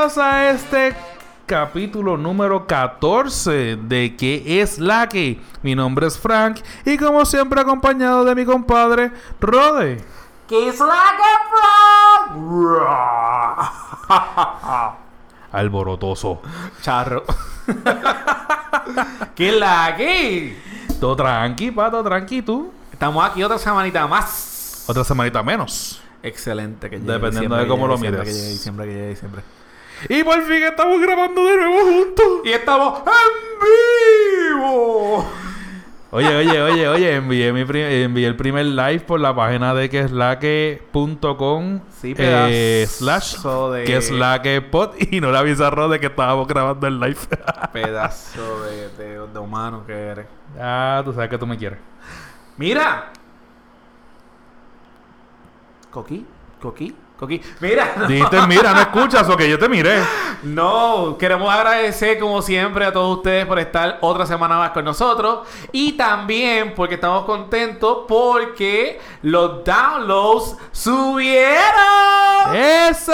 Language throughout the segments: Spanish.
Bienvenidos a este capítulo número 14 de ¿Qué es la que? Mi nombre es Frank y como siempre acompañado de mi compadre Rode. ¿Qué es la que, Frank? Alborotoso. Charro. ¿Qué es la que? Todo tranqui, pato, tranqui, tú. Estamos aquí otra semanita más. Otra semanita menos. Excelente que llegue Dependiendo de cómo lo mires. Que llegue diciembre. Y por fin estamos grabando de nuevo juntos. Y estamos en vivo. Oye, envié el primer live por la página de queslaque.com Sí, slash de... queslaquepod y no le avisé a Rode que estábamos grabando el live. Pedazo de humano que eres. Ah, tú sabes que tú me quieres. Mira. Coqui. Mira. Dijiste, mira, no escuchas o que yo te miré. No, queremos agradecer como siempre a todos ustedes por estar otra semana más con nosotros. Y también porque estamos contentos porque los downloads subieron. ¡Eso!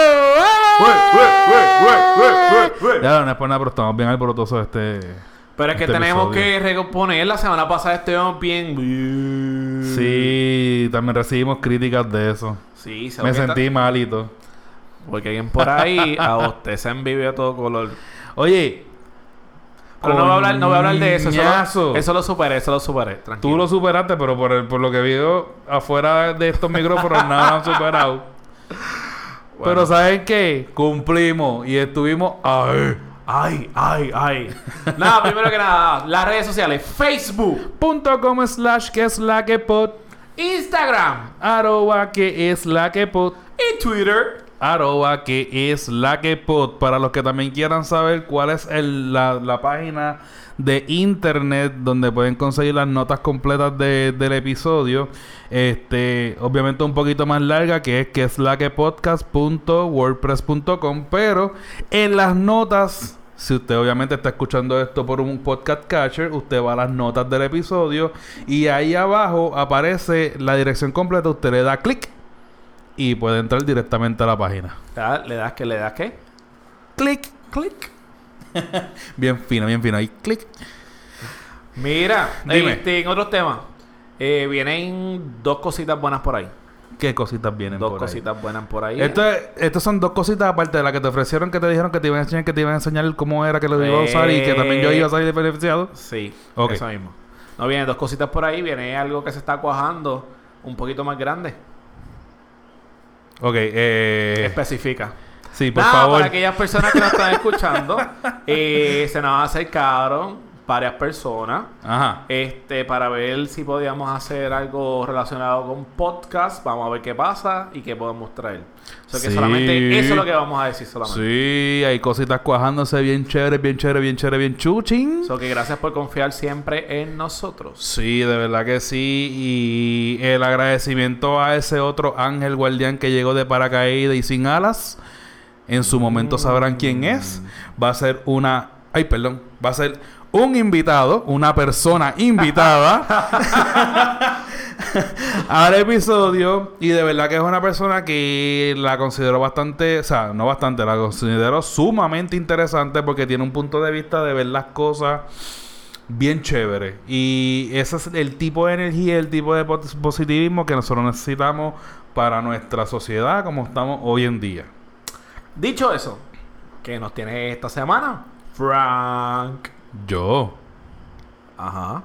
Ya no es por nada, pero estamos bien alborotosos Pero es que este tenemos episodio. que recomponer. La semana pasada estuvimos bien. Sí, también recibimos críticas de eso. Sí, Me sentí malito. Porque alguien por ahí a usted se envidia a todo color. Oye, Pero no voy a hablar de eso. Coñazo. Eso lo superé. Tranquilo. Tú lo superaste, pero por lo que veo afuera de estos micrófonos nada lo han superado. Bueno. Pero ¿saben qué? Cumplimos y estuvimos... Ay. Nada, primero que nada, las redes sociales. Facebook, .com/queslaquepod Instagram @queslaquepod y Twitter. @queslaquepod. Para los que también quieran saber cuál es la página de internet donde pueden conseguir las notas completas del episodio, obviamente un poquito más larga, que es queslaquepodcast.wordpress.com, pero en las notas, si usted obviamente está escuchando esto por un podcast catcher, usted va a las notas del episodio y ahí abajo aparece la dirección completa. Usted le da clic y puede entrar directamente a la página. ¿Le das qué? Clic. Bien fino. Ahí, clic. Mira, Dime. en otros temas, vienen dos cositas buenas por ahí. ¿Qué cositas vienen Dos por cositas buenas por ahí. Estos son dos cositas aparte de las que te ofrecieron, que te dijeron que te iban a enseñar cómo era que lo iba a usar y que también yo iba a salir beneficiado. Sí, Ok. eso mismo. No, vienen dos cositas por ahí. Viene algo que se está cuajando un poquito más grande. Ok, Especifica. sí, por Nada, favor. para aquellas personas que nos están escuchando, se nos acercaron varias personas Ajá. para ver si podíamos hacer algo relacionado con podcast. Vamos a ver qué pasa y qué podemos traer. O sea que Sí. solamente eso es lo que vamos a decir solamente. Sí, hay cositas cuajándose bien chévere, bien chuchín. So que gracias por confiar siempre en nosotros. Sí, de verdad que sí. Y el agradecimiento a ese otro ángel guardián que llegó de paracaídas y sin alas. En su momento sabrán quién es. Va a ser Va a ser un invitado, una persona invitada al episodio. Y de verdad que es una persona que la considero bastante, o sea, no bastante, la considero sumamente interesante porque tiene un punto de vista de ver las cosas bien chévere. Y ese es el tipo de energía, el tipo de positivismo que nosotros necesitamos para nuestra sociedad como estamos hoy en día. Dicho eso, ¿qué nos tiene esta semana? Frank. Yo. Ajá.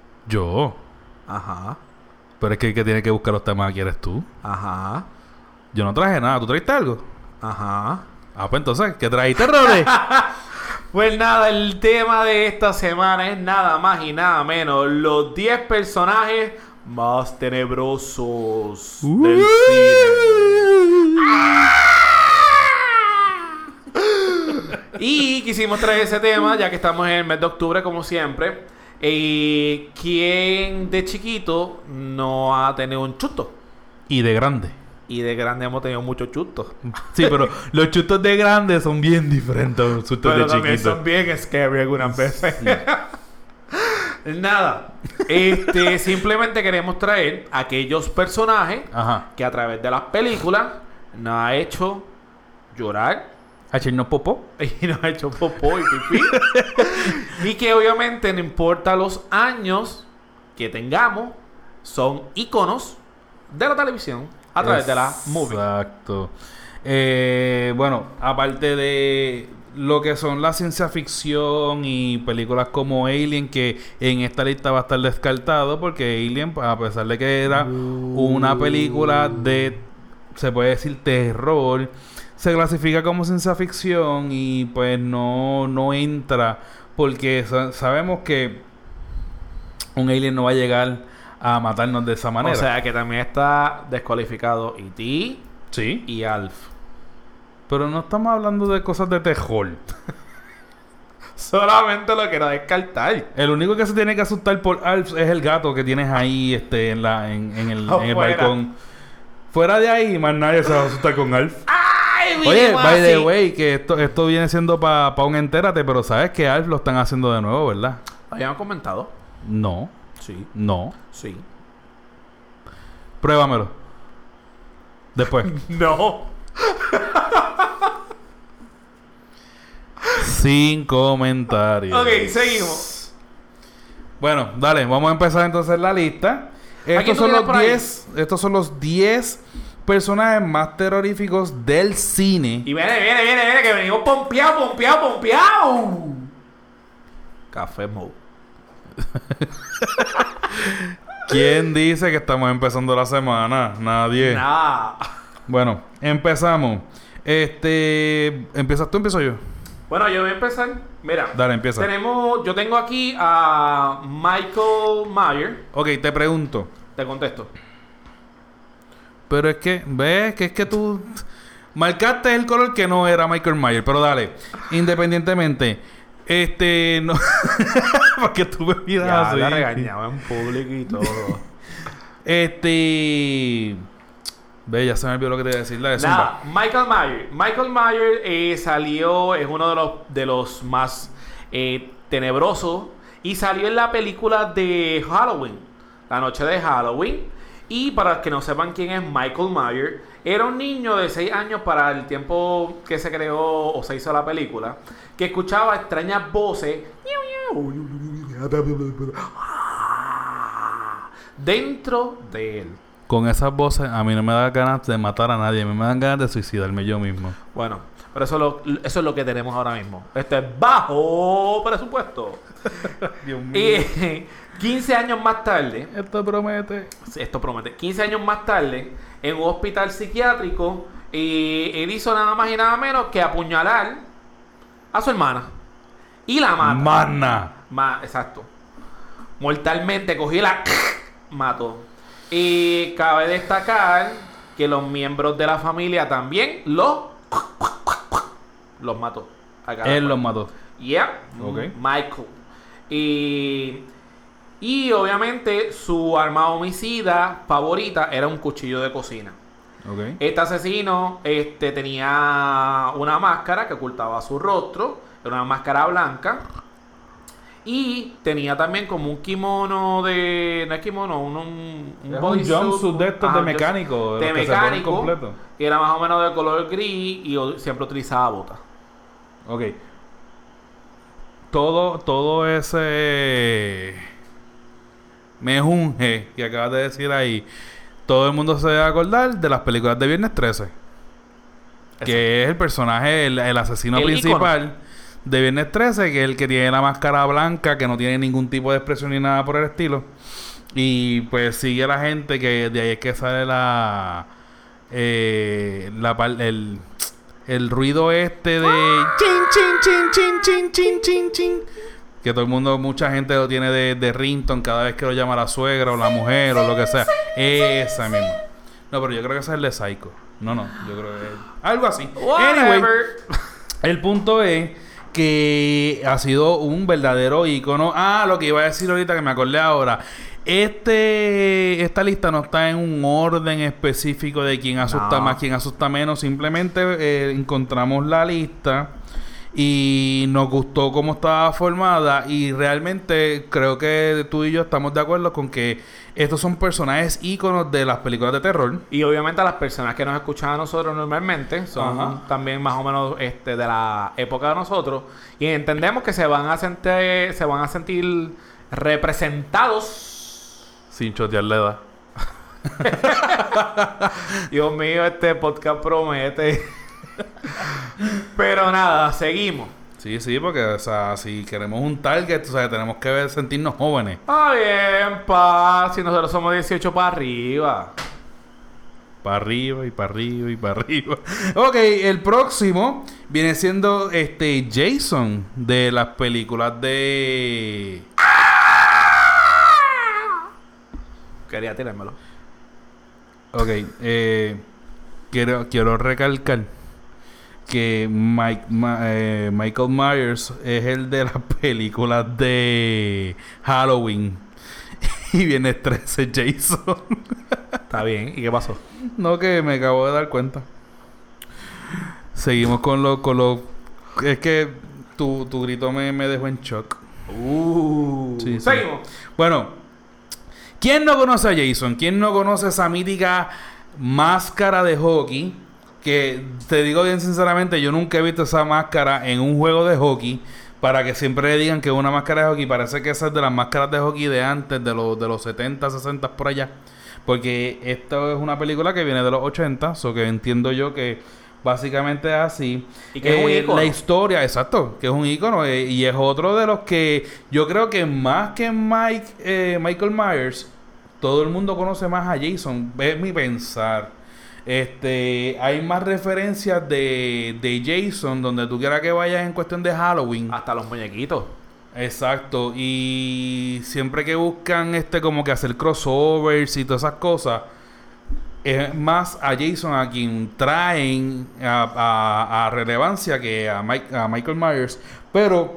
Pero es que el que tiene que buscar los temas aquí eres tú. Ajá. Yo no traje nada. ¿Tú trajiste algo? Ajiste Pues entonces, ¿qué trajiste, Rode? Pues nada, el tema de esta semana es nada más y nada menos los 10 personajes más tenebrosos del cine. Y quisimos traer ese tema, ya que estamos en el mes de octubre, como siempre. ¿Quién de chiquito no ha tenido un chusto? Y de grande. Y de grande hemos tenido muchos chustos. Sí, pero los chustos de grande son bien diferentes a los chustos Pero de también chiquito. son bien scary algunas veces. Sí. Nada. Simplemente queremos traer aquellos personajes Ajá. que a través de las películas nos ha hecho llorar, ¿Hacernos popó? Y nos ha hecho popó y pipí. Y que obviamente no importa los años que tengamos, son íconos de la televisión a través de la movie. Exacto. Bueno, aparte de lo que son la ciencia ficción y películas como Alien, que en esta lista va a estar descartado, porque Alien, a pesar de que era una película de, se puede decir, terror, se clasifica como ciencia ficción y pues no entra, porque sabemos que un alien no va a llegar a matarnos de esa manera. O sea que también está descualificado E.T. Sí. y Alf. Pero no estamos hablando de cosas de terror. Solamente lo quiero descartar. El único que se tiene que asustar por Alf es el gato que tienes ahí en el balcón. Fuera de ahí, más nadie se va a asustar con Alf. ¡Ay, Oye, by the way, que esto viene siendo para un entérate, pero sabes que Alf lo están haciendo de nuevo, ¿verdad? ¿Habían comentado? No. Sí. No. Sí. Pruébamelo. Después. No. Sin comentarios. Ok, seguimos. Bueno, dale, vamos a empezar entonces la lista. Estos son los 10 personajes más terroríficos del cine. Y viene, que venimos pompeado. Café Mo. ¿Quién dice que estamos empezando la semana? Nadie. Nah. Bueno, empezamos. ¿Empiezas tú o empiezo yo? Bueno, yo voy a empezar. Mira. Dale, empieza. Yo tengo aquí a Michael Myers. Ok, te pregunto. Te contesto. Pero es que, ves, que es que tú marcaste el color que no era Michael Myers. Pero dale, independientemente, no. Porque tú me miras Ya así. la regañaba en público y todo. Ve, ya se me olvidó lo que te iba a decir. Dale, Nada, zumba. Michael Myers salió, es uno de los más tenebrosos. Y salió en la película de Halloween, la noche de Halloween. Y para los que no sepan quién es Michael Myers, era un niño de 6 años para el tiempo que se creó o se hizo la película, que escuchaba extrañas voces dentro de él. Con esas voces a mí no me da ganas de matar a nadie, me dan ganas de suicidarme yo mismo. Bueno, pero eso es lo que tenemos ahora mismo. Este es bajo presupuesto. Dios mío. Y 15 años más tarde, Esto promete. 15 años más tarde, en un hospital psiquiátrico, él hizo nada más y nada menos que apuñalar a su hermana. Y la mata. Exacto. Mortalmente cogió y la mató. Y cabe destacar que los miembros de la familia también los mató. Él los mató. Yeah. Okay. Michael. Y obviamente su arma homicida favorita era un cuchillo de cocina. Okay. Este asesino tenía una máscara que ocultaba su rostro. Era una máscara blanca. Y tenía también como un kimono de... No es kimono, un jumpsuit de estos de mecánico. De mecánico. Completo. Que era más o menos de color gris y siempre utilizaba botas. Ok. Todo ese mejunje que acabas de decir ahí, todo el mundo se debe acordar de las películas de Viernes 13. Que es el personaje, el asesino principal ícono de Viernes 13, que es el que tiene la máscara blanca, que no tiene ningún tipo de expresión ni nada por el estilo. Y pues sigue a la gente, que de ahí es que sale el ruido de chin, chin, chin, chin, chin, chin, chin, chin, que todo el mundo, mucha gente lo tiene de ringtone cada vez que lo llama la suegra o la mujer o lo que sea. Esa misma. No, pero yo creo que ese es el de Psycho. No, yo creo que es algo así. Anyway, el punto es que ha sido un verdadero ícono. Lo que iba a decir ahorita, que me acordé ahora. Esta lista no está en un orden específico de quién asusta más, quién asusta menos. Simplemente encontramos la lista y nos gustó cómo estaba formada y realmente creo que tú y yo estamos de acuerdo con que estos son personajes íconos de las películas de terror. Y obviamente a las personas que nos escuchan a nosotros normalmente son Ajá. también más o menos de la época de nosotros y entendemos que se van a sentir representados. Sin chotearle edad. Dios mío, este podcast promete. Pero nada, seguimos. Sí, porque, o sea, si queremos un target, o sea, tenemos que sentirnos jóvenes. Ah, bien, pa. Si nosotros somos 18 para arriba. Para arriba y para arriba y para arriba. Ok, el próximo viene siendo Jason de las películas de... Quería tirármelo. Ok, quiero recalcar que Michael Myers es el de las películas de Halloween. Y viene 13 Jason. Está bien. ¿Y qué pasó? No, que me acabo de dar cuenta. Seguimos con lo... Es que tu grito me dejó en shock. Sí. Seguimos. Bueno, ¿quién no conoce a Jason? ¿Quién no conoce esa mítica máscara de hockey? Que te digo bien sinceramente, yo nunca he visto esa máscara en un juego de hockey. Para que siempre le digan que es una máscara de hockey. Parece que esa es de las máscaras de hockey de antes, de los 70, 60 por allá. Porque esto es una película que viene de los 80. So que entiendo yo que básicamente es así. Y que es un ícono. La historia, exacto, que es un ícono. Y es otro de los que yo creo que más que Michael Myers, todo el mundo conoce más a Jason. Es mi pensar. Hay más referencias de Jason donde tú quieras que vayas en cuestión de Halloween. Hasta los muñequitos. Exacto. Y siempre que buscan como que hacer crossovers y todas esas cosas, es más a Jason a quien traen a relevancia que a Michael Myers. Pero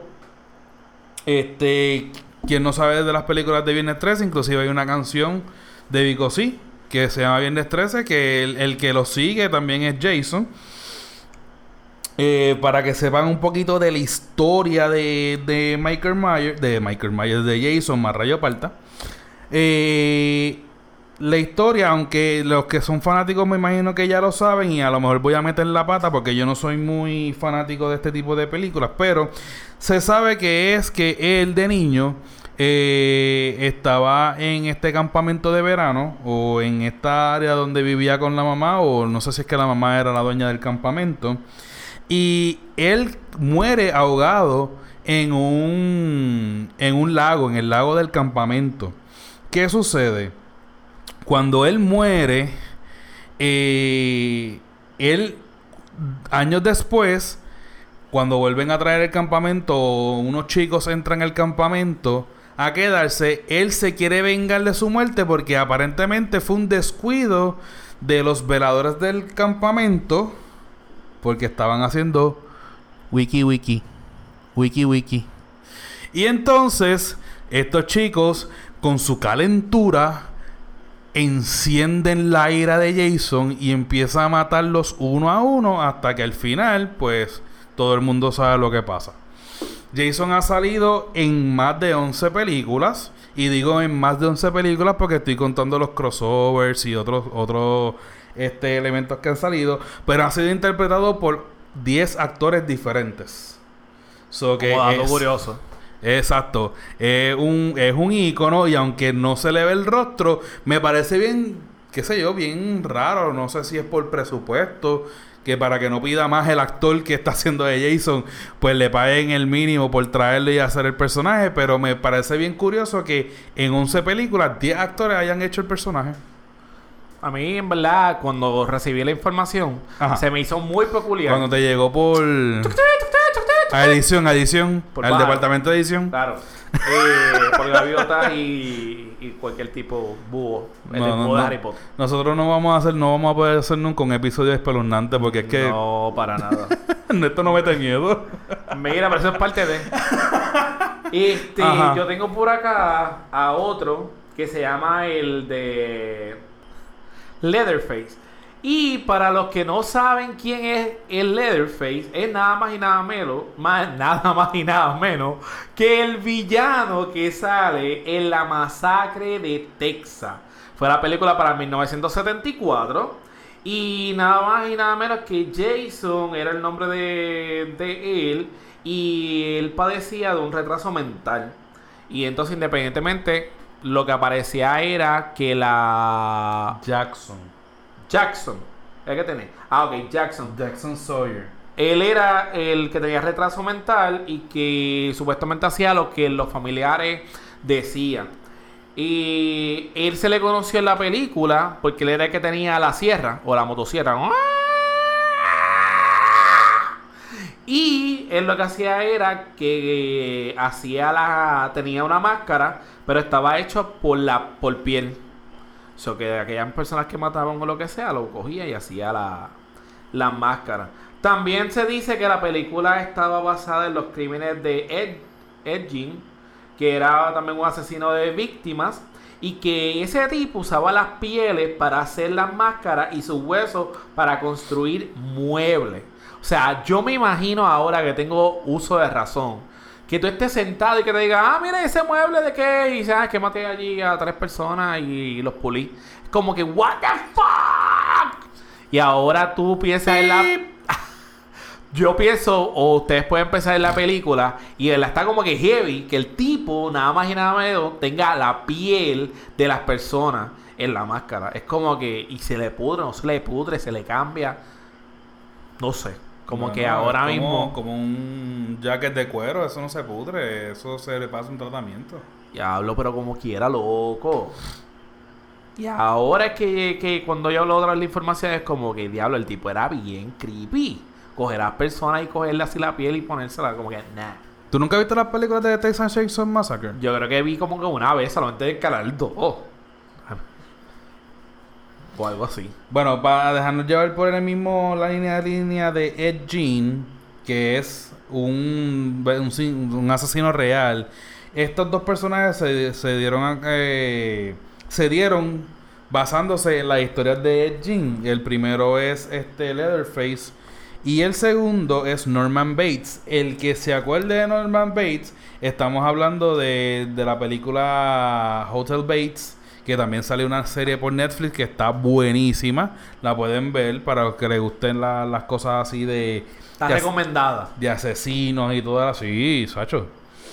quien no sabe de las películas de Viernes 13, inclusive hay una canción de Vico C que se llama Viernes 13, que el que lo sigue también es Jason. Para que sepan un poquito de la historia de Michael Myers, de Jason, más rayo parta. La historia, aunque los que son fanáticos me imagino que ya lo saben, y a lo mejor voy a meter la pata porque yo no soy muy fanático de este tipo de películas, pero se sabe que él de niño estaba en este campamento de verano o en esta área donde vivía con la mamá, o no sé si es que la mamá era la dueña del campamento, y él muere ahogado en un lago, en el lago del campamento. ¿Qué sucede? Cuando él muere, él años después, cuando vuelven a traer el campamento, unos chicos entran al campamento a quedarse, él se quiere vengar de su muerte porque aparentemente fue un descuido de los veladores del campamento, porque estaban haciendo wiki. Y entonces estos chicos, con su calentura, encienden la ira de Jason y empiezan a matarlos uno a uno hasta que al final, pues, todo el mundo sabe lo que pasa. Jason ha salido en más de 11 películas. Y digo en más de 11 películas porque estoy contando los crossovers y otros elementos que han salido. Pero han sido interpretados por 10 actores diferentes. So que Como dato curioso. Exacto. Es un ícono, y aunque no se le ve el rostro, me parece bien, qué sé yo, bien raro. No sé si es por presupuesto, que para que no pida más el actor que está haciendo de Jason, pues le paguen el mínimo por traerle y hacer el personaje. Pero me parece bien curioso que en 11 películas 10 actores hayan hecho el personaje. A mí, en verdad, cuando recibí la información, Ajá. se me hizo muy peculiar. Cuando te llegó por... a edición, Por al bajo. departamento de edición. Claro. Por gaviotas y cualquier tipo búho. El búho de Harry Potter. Nosotros no vamos a poder hacer nunca un episodio espeluznante porque es que No, para nada. esto no mete miedo. Mira, pero eso es parte de... Ajá. Yo tengo por acá a otro que se llama el de Leatherface. Y para los que no saben quién es el Leatherface, es nada más y nada menos que el villano que sale en la masacre de Texas. Fue la película para 1974. Y nada más y nada menos que Jason era el nombre de él. Y él padecía de un retraso mental. Y entonces, independientemente, lo que aparecía era que Jackson. ¿Es que tenés? Ok, Jackson Sawyer. Él era el que tenía retraso mental y que supuestamente hacía lo que los familiares decían. Y él se le conoció en la película porque él era el que tenía la sierra o la motosierra. Y él lo que hacía era que tenía una máscara, pero estaba hecho por piel. O sea, que aquellas personas que mataban o lo que sea, lo cogía y hacía la máscara. También se dice que la película estaba basada en los crímenes de Ed Gein, que era también un asesino de víctimas, y que ese tipo usaba las pieles para hacer las máscaras y sus huesos para construir muebles. O sea, yo me imagino ahora que tengo uso de razón, que tú estés sentado y que te diga, mira ese mueble de qué, y sabes que maté allí a 3 personas y los pulí. Es como que, what the fuck. Y ahora tú piensas en la... Yo pienso, o ustedes pueden pensar en la película, y él está como que heavy, que el tipo, nada más y nada menos, tenga la piel de las personas en la máscara. Es como que, y se le pudre, no se le pudre, se le cambia. No sé. Como que ahora mismo... Como un jacket de cuero, eso no se pudre, eso se le pasa un tratamiento. Diablo, pero como quiera, loco. Y ahora es que cuando yo hablo de la información es como que, diablo, el tipo era bien creepy. Coger a personas y cogerle así la piel y ponérsela como que, nah. ¿Tú nunca viste las películas de Texas Chainsaw Massacre? Yo creo que vi como que una vez, solamente de Canal 2. O algo así. Bueno, para dejarnos llevar por la línea de Ed Gein, que es un asesino real. Estos dos personajes se dieron basándose en las historias de Ed Gein. El primero es Leatherface y el segundo es Norman Bates. El que se acuerde de Norman Bates, estamos hablando de la película Hotel Bates, que también salió una serie por Netflix que está buenísima. La pueden ver para los que les gusten las cosas así de... Está recomendada. De asesinos y todas así, Sacho.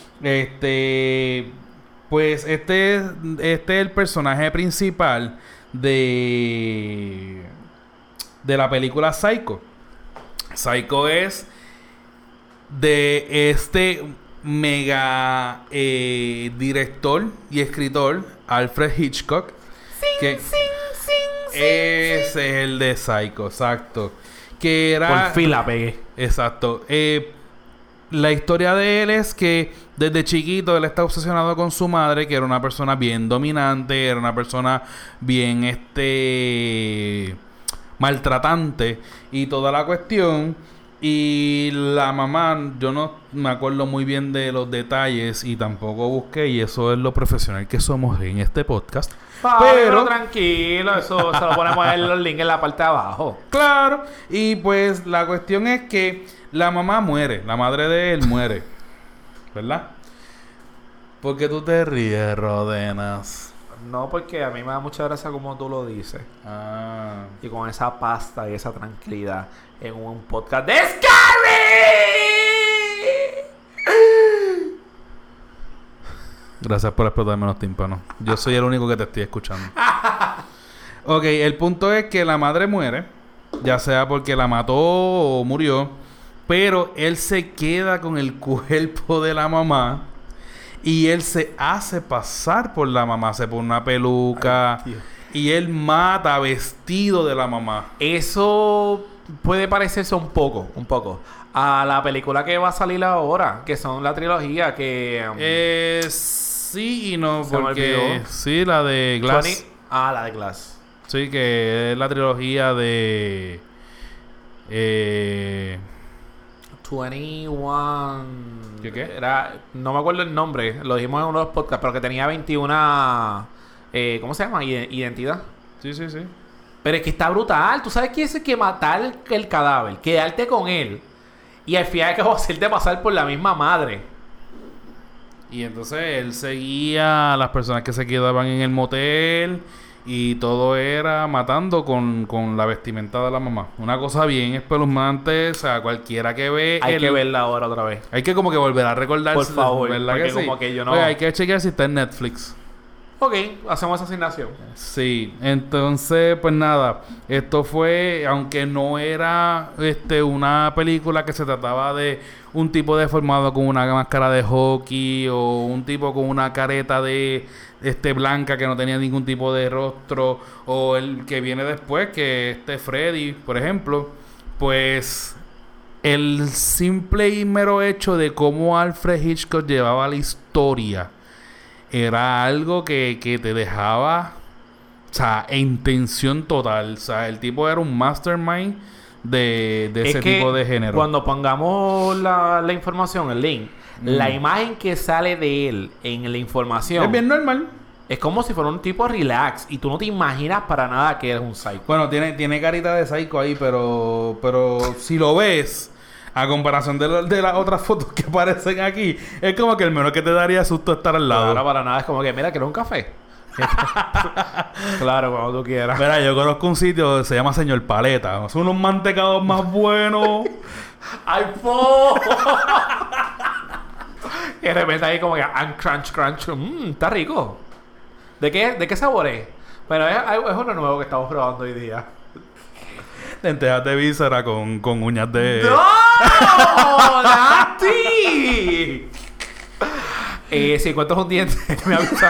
Pues este es el personaje principal de la película Psycho. Psycho es de este mega director y escritor Alfred Hitchcock. Ese es el de Psycho, exacto. Que era... Por fin la pegué. Exacto. La historia de él es que desde chiquito él está obsesionado con su madre, que era una persona bien dominante, era una persona bien maltratante y toda la cuestión. Y la mamá, yo no me acuerdo muy bien de los detalles y tampoco busqué, y eso es lo profesional que somos en este podcast. Pero tranquilo, eso se lo ponemos en los links en la parte de abajo. Claro, y pues la cuestión es que la mamá muere, la madre de él muere, ¿verdad? ¿Por qué tú te ríes, Rodenas? No, porque a mí me da mucha gracia como tú lo dices. Ah. Y con esa pasta y esa tranquilidad en un podcast de Scary. Gracias por explotarme los tímpanos. Yo soy el único que te estoy escuchando. Ok, el punto es que la madre muere, ya sea porque la mató o murió, pero él se queda con el cuerpo de la mamá y él se hace pasar por la mamá, se pone una peluca. Ay, y él mata vestido de la mamá. Eso puede parecerse un poco a la película que va a salir ahora, que son la trilogía que... sí y no, porque... Sí, la de Glass. La de Glass. Sí, que es la trilogía de... 21... ¿Qué? No me acuerdo el nombre, lo dijimos en uno de los podcasts, pero que tenía 21... ¿cómo se llama? Identidad. Sí. Pero es que está brutal. Tú sabes que es que matar el cadáver, quedarte con él y al final que va a hacerte pasar por la misma madre. Y entonces él seguía a las personas que se quedaban en el motel y todo era matando con la vestimenta de la mamá. Una cosa bien espeluznante, o sea, cualquiera que ve... Hay que verla ahora otra vez. Hay que como que volver a recordarse. Por favor, ¿verdad porque que sí? como que yo no... Oye, hay que chequear si está en Netflix. Ok, hacemos esa asignación. Sí, entonces, pues nada, esto fue, aunque no era una película que se trataba de un tipo deformado con una máscara de hockey o un tipo con una careta de blanca que no tenía ningún tipo de rostro, o el que viene después, que Freddy, por ejemplo, pues el simple y mero hecho de cómo Alfred Hitchcock llevaba la historia era algo que te dejaba, o sea, en tensión total. O sea, el tipo era un mastermind de ese tipo de género. Cuando pongamos la información, el link, la imagen que sale de él en la información es bien normal. es como si fuera un tipo relax y tú no te imaginas para nada que eres un psycho. Bueno, tiene carita de psycho ahí, pero si lo ves, a comparación de las otras fotos que aparecen aquí, es como que el menos que te daría susto estar al lado. Claro, para nada. Es como que, mira, ¿quieres un café? Claro, cuando tú quieras. Mira, yo conozco un sitio que se llama Señor Paleta. Son unos mantecados más buenos. ¡Ay, po! Y de repente ahí como que, crunch, crunch. Está rico. ¿De qué sabor es? Bueno, es uno nuevo que estamos probando hoy día. Lentejas de víscera con uñas de... ¡No! ¡Nati! Si encuentras un diente, me avisa.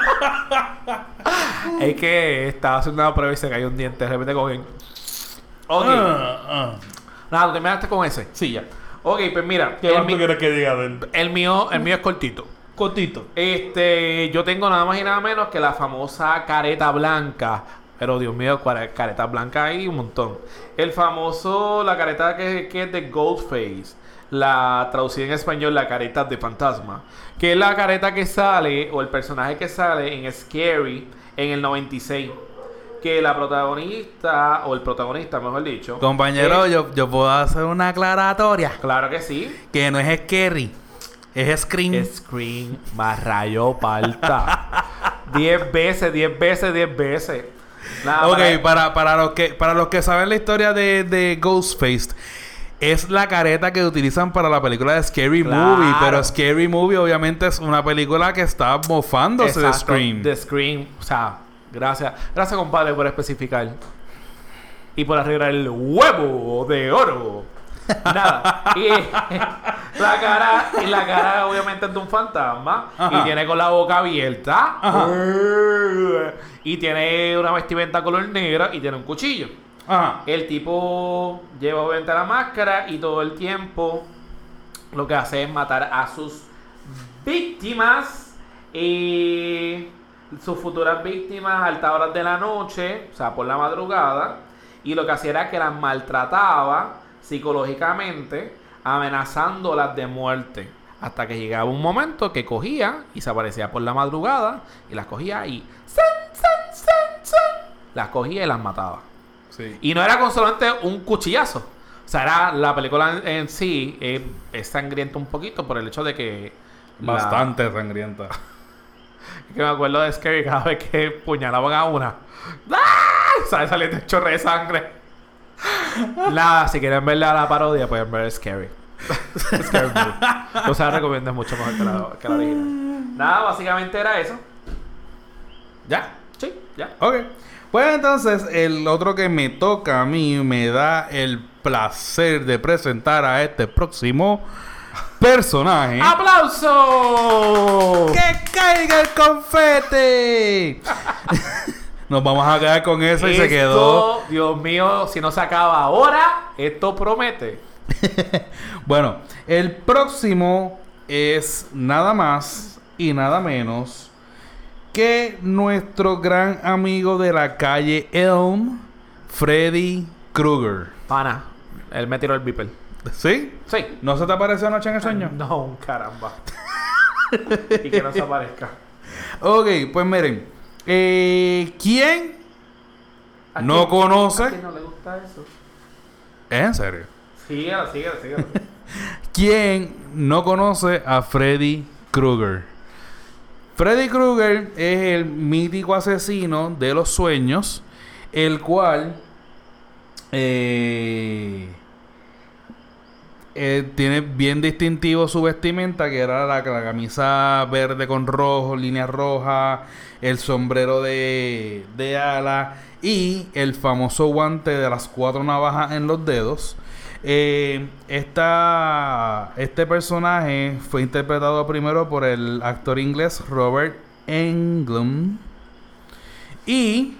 Es que estaba haciendo una prueba y se cayó un diente. De repente con... Ok. Nada, ¿tú terminaste con ese? Sí, ya. Ok, pues mira. ¿Qué más tú quieres que diga de él? El mío es cortito. Cortito. Yo tengo nada más y nada menos que la famosa careta blanca. Pero Dios mío, caretas blancas hay un montón. La careta que es de Ghostface. La traducida en español, la careta de fantasma. Que es la careta que sale, o el personaje que sale en Scary en el 96. Que la protagonista, o el protagonista, mejor dicho. Compañero, yo puedo hacer una aclaratoria. Claro que sí. Que no es Scary, es Scream. Scream más rayo palta. 10 veces. Nada, Ok, para los que saben la historia de Ghostface, es la careta que utilizan para la película de Scary Movie. Pero Scary Movie obviamente es una película que está mofándose de Scream. De Scream. O sea, gracias compadre por especificar. Y por arreglar el huevo de oro. Nada. Y la cara obviamente es de un fantasma. Ajá. Y tiene con la boca abierta. Ajá. Y tiene una vestimenta color negra y tiene un cuchillo. Ajá. El tipo lleva obviamente la máscara y todo el tiempo lo que hace es matar a sus víctimas y sus futuras víctimas a altas horas de la noche, o sea, por la madrugada. Y lo que hacía era que las maltrataba psicológicamente, amenazándolas de muerte. Hasta que llegaba un momento que cogía y se aparecía por la madrugada y las cogía y las cogía y las mataba. Sí. Y no era con solamente un cuchillazo. O sea, era la película en sí es sangrienta un poquito por el hecho de que... Bastante sangrienta. Que me acuerdo de Scary cada vez que puñalaban a una. ¡Ah! ¿Sabes? Saliendo un chorro de sangre. Nada, si quieren ver la parodia pueden ver Scary. Scary Movie. O sea, recomiendo mucho mejor que la original. Nada, básicamente era eso. ¿Ya? Sí, ya. Ok. Pues entonces, el otro que me toca a mí, me da el placer de presentar a este próximo personaje. ¡Aplauso! ¡Que caiga el confeti! Nos vamos a quedar con eso y se quedó. Dios mío, si no se acaba ahora, esto promete. Bueno, el próximo es nada más y nada menos que nuestro gran amigo de la calle Elm, Freddy Krueger. Pana, él me tiró el beeper. ¿Sí? Sí. ¿No se te apareció anoche en el sueño? No, caramba. Y que no se aparezca. Ok, pues miren. ¿Quién no conoce... ¿A quién no le gusta eso? ¿Es en serio? Síguela. ¿Quién no conoce a Freddy Krueger? Freddy Krueger es el mítico asesino de los sueños, el cual tiene bien distintivo su vestimenta, que era la camisa verde con rojo, líneas rojas, el sombrero de ala y el famoso guante de las 4 navajas en los dedos. Este personaje fue interpretado primero por el actor inglés Robert Englund y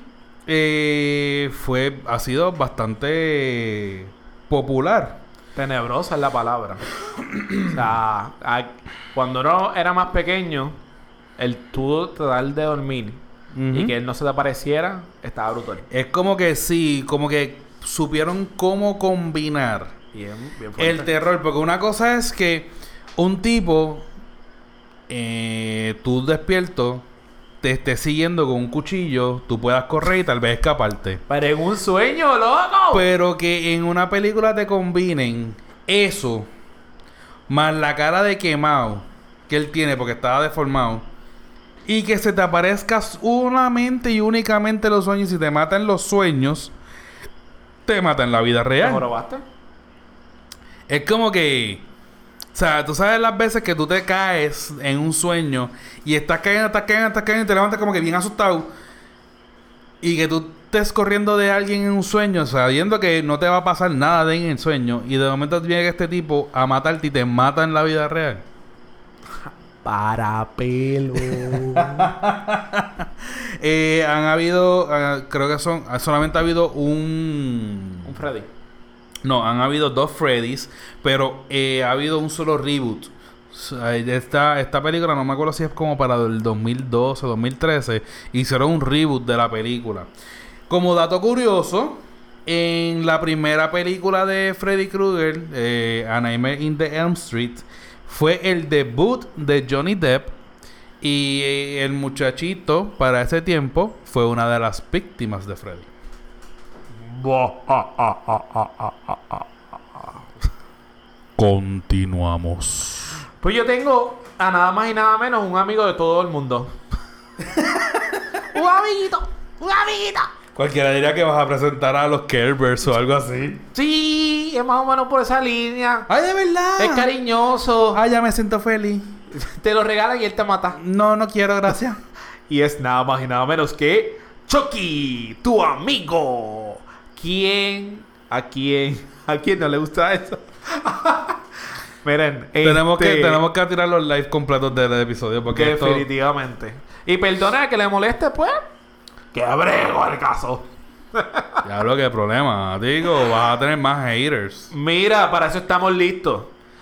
ha sido bastante popular. Tenebrosa es la palabra. O sea, cuando uno era más pequeño, el tú tratar de dormir y que él no se te apareciera, estaba brutal. Es como que sí, como que supieron cómo combinar Bien el terror. Porque una cosa es que un tipo, tú despierto, te esté siguiendo con un cuchillo, tú puedas correr y tal vez escaparte. Pero en un sueño, loco. Pero que en una película te combinen eso más la cara de quemado que él tiene porque estaba deformado y que se te aparezca solamente y únicamente en los sueños y te mata en los sueños, te mata en la vida real. ¿Te probaste? Es como que... O sea, tú sabes las veces que tú te caes en un sueño y estás cayendo y te levantas como que bien asustado y que tú estés corriendo de alguien en un sueño sabiendo que no te va a pasar nada en el sueño y de momento viene este tipo a matarte y te mata en la vida real. Para pelo. Han habido... creo que solamente ha habido un Freddy. No, han habido 2 Freddys, pero ha habido un solo reboot. Esta película, no me acuerdo si es como para el 2012 o 2013, hicieron un reboot de la película. Como dato curioso, en la primera película de Freddy Krueger, A Nightmare in the Elm Street, fue el debut de Johnny Depp y el muchachito para ese tiempo fue una de las víctimas de Freddy. Continuamos. Pues yo tengo a nada más y nada menos un amigo de todo el mundo. Un amiguito. Cualquiera diría que vas a presentar a los Kerberos o algo así. Sí, es más o menos por esa línea. ¡Ay, de verdad! Es cariñoso. ¡Ay, ya me siento feliz! Te lo regalan y él te mata. No quiero, gracias. Y es nada más y nada menos que Chucky, tu amigo. ¿A quién no le gusta eso? Miren, tenemos que tirar los live completos del episodio porque definitivamente. Y perdona que le moleste, pues. Que abrego el caso. Ya lo que problema, digo, vas a tener más haters. Mira, para eso estamos listos.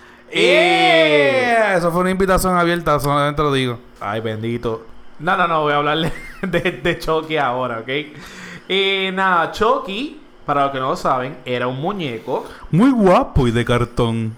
Eso fue una invitación abierta, solamente lo digo. Ay, bendito. No, voy a hablarle de Chucky ahora, ¿ok? Nada, Chucky, para los que no lo saben, era un muñeco. Muy guapo y de cartón.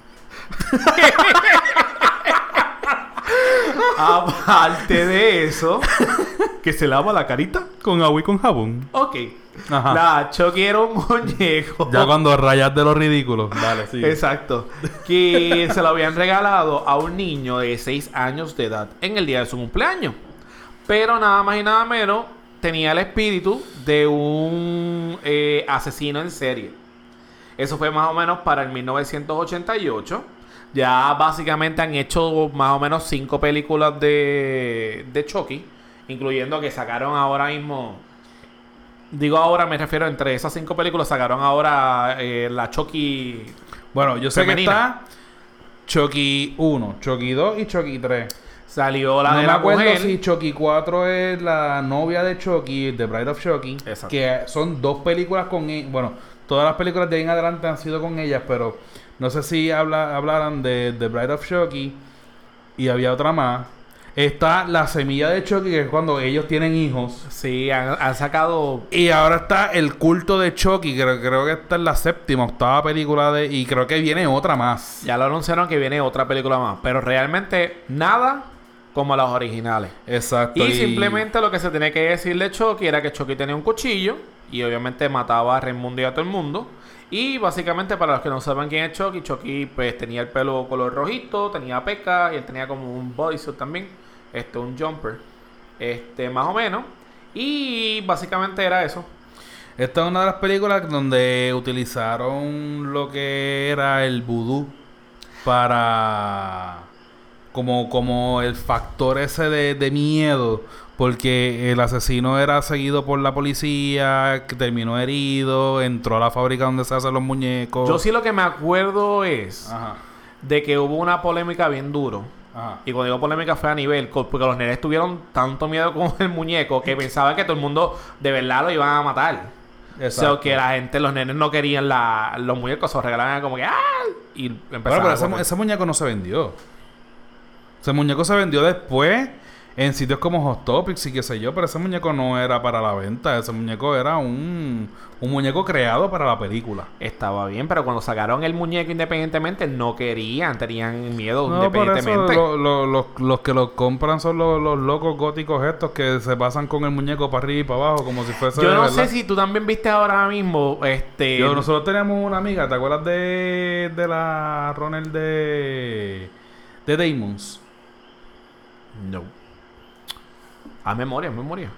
Aparte de eso, que se lava la carita con agua y con jabón. Ok. Ajá. Nada, Chucky era un muñeco. Ya cuando rayas de lo ridículo. Dale, sí. Exacto. Que se lo habían regalado a un niño de 6 años de edad en el día de su cumpleaños. Pero nada más y nada menos tenía el espíritu de un asesino en serie. Eso fue más o menos para el 1988. Ya básicamente han hecho más o menos 5 películas de Chucky, incluyendo que sacaron ahora mismo. Digo ahora, me refiero entre esas 5 películas, sacaron ahora la Chucky. Bueno, yo sé femenina. que está Chucky 1, Chucky 2 y Chucky 3. Salió la no de me la acuerdo mujer. si Chucky 4 es la novia de Chucky, The Bride of Chucky. Exacto. Que son 2 películas con... Bueno, todas las películas de ahí en adelante han sido con ellas, pero no sé si hablaran de The Bride of Chucky y había otra más. Está La Semilla de Chucky, que es cuando ellos tienen hijos. Sí, han sacado... Y ahora está El Culto de Chucky, creo que esta es la 7ª, 8ª película de... Y creo que viene otra más. Ya lo anunciaron que viene otra película más. Pero realmente nada como las originales. Exacto. Y simplemente lo que se tenía que decir de Chucky era que Chucky tenía un cuchillo Y obviamente mataba a Raimundo y a todo el mundo. Y básicamente, para los que no saben quién es Chucky, Chucky pues tenía el pelo color rojito, tenía peca y él tenía como un bodysuit también, un jumper, más o menos. Y básicamente era eso. Esta es una de las películas donde utilizaron lo que era el vudú para como el factor ese de miedo, porque el asesino era seguido por la policía, que terminó herido, entró a la fábrica donde se hacen los muñecos. Yo sí lo que me acuerdo es Ajá. de que hubo una polémica bien duro. Ajá. Y cuando digo polémica fue a nivel, porque los nenes tuvieron tanto miedo con el muñeco que pensaban que todo el mundo de verdad lo iban a matar. Exacto. O sea, que la gente, los nenes no querían los muñecos, se los regalaban como que ¡ah! Y empezaron Bueno, a pero ese muñeco no se vendió. Ese muñeco se vendió después en sitios como Hot Topics y qué sé yo, pero ese muñeco no era para la venta. Ese muñeco era un muñeco creado para la película. Estaba bien, pero cuando sacaron el muñeco independientemente no querían, tenían miedo No, por independientemente. eso los que lo compran son los locos góticos estos que se pasan con el muñeco para arriba y para abajo como si fuese Yo de no verdad. sé si tú también viste ahora mismo, Nosotros teníamos una amiga, ¿te acuerdas de la Ronald de Demons? No. A memoria.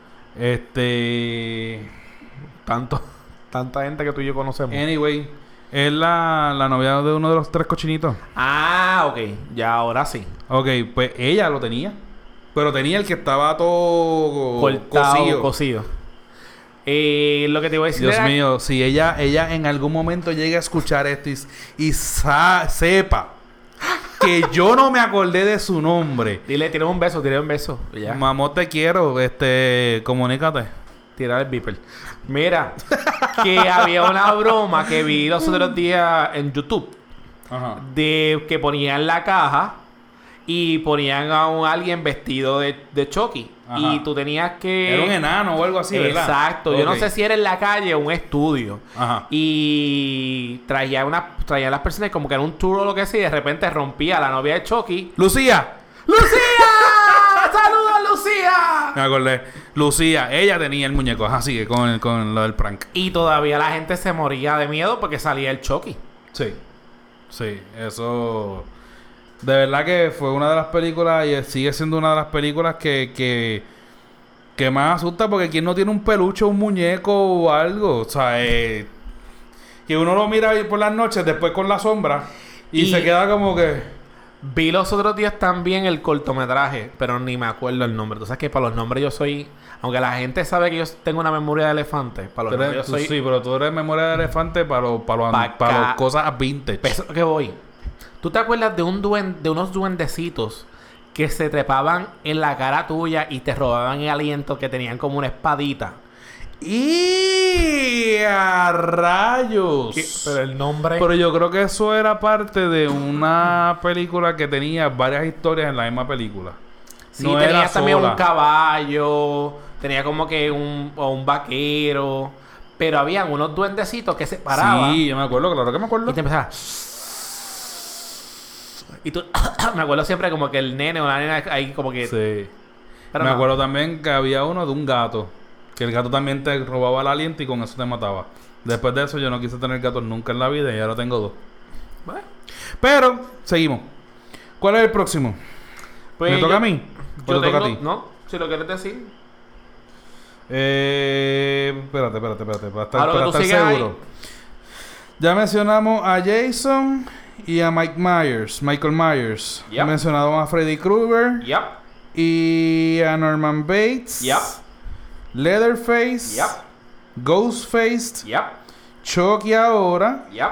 Tanta gente que tú y yo conocemos. Anyway, es la novia de uno de los tres cochinitos. Ah, ok. Ya ahora sí. Ok, pues ella lo tenía. Pero tenía el que estaba todo Cocido. Lo que te iba a decir Dios era... mío, si ella en algún momento llega a escuchar esto y sepa que yo no me acordé de su nombre. Dile, tira un beso. Y ya. Mamá, te quiero, comunícate. Tirar el beeper. Mira, que había una broma que vi los otros días en YouTube. Ajá. De que ponían la caja y ponían a alguien vestido de Chucky. Ajá. Y tú tenías que... Era un enano o algo así, ¿verdad? Exacto. Yo no Ok. sé si era en la calle o un estudio. Ajá. Y traían las personas como que era un tour o lo que sea y de repente rompía a la novia de Chucky. ¡Lucía! ¡Lucía! ¡Saludos, Lucía! Me acordé. Lucía, ella tenía el muñeco. Ajá, sigue con lo del prank. Y todavía la gente se moría de miedo porque salía el Chucky. Sí. Sí, eso... De verdad que fue una de las películas y sigue siendo una de las películas que más asusta porque quien no tiene un peluche, un muñeco o algo. O sea, que uno lo mira por las noches después con la sombra y se queda como que... Vi los otros días también el cortometraje, pero ni me acuerdo el nombre. Tú sabes que para los nombres yo soy... Aunque la gente sabe que yo tengo una memoria de elefante, para los nombres yo soy... Sí, pero tú eres memoria de elefante para las cosas vintage. Pero eso es lo que voy. ¿Tú te acuerdas de unos duendecitos que se trepaban en la cara tuya y te robaban el aliento, que tenían como una espadita? ¡Y a rayos! Pero el nombre... Pero yo creo que eso era parte de una película que tenía varias historias en la misma película. Sí, no tenía era también sola. un caballo, tenía como que un vaquero, pero habían unos duendecitos que se paraban. Sí, yo me acuerdo, claro que me acuerdo. Y te empezaba... Y tú... me acuerdo siempre como que el nene o la nena ahí como que... Sí. Pero Me no. acuerdo también que había uno de un gato. Que el gato también te robaba el aliento y con eso te mataba. Después de eso yo no quise tener gatos nunca en la vida y ahora tengo 2. Bueno, Pero, seguimos. ¿Cuál es el próximo? pues ¿Me toca a mí? ¿O Yo te toca tengo... a ti? No, si lo quieres decir. Espérate. Para Ahora que tú estar sigas ahí. seguro. Ya mencionamos a Jason y a Michael Myers. Yep. Mencionamos a Freddy Krueger Yep. y a Norman Bates. Yep. Leatherface. Yep. Ghostface. Yep. Chucky ahora. Yep.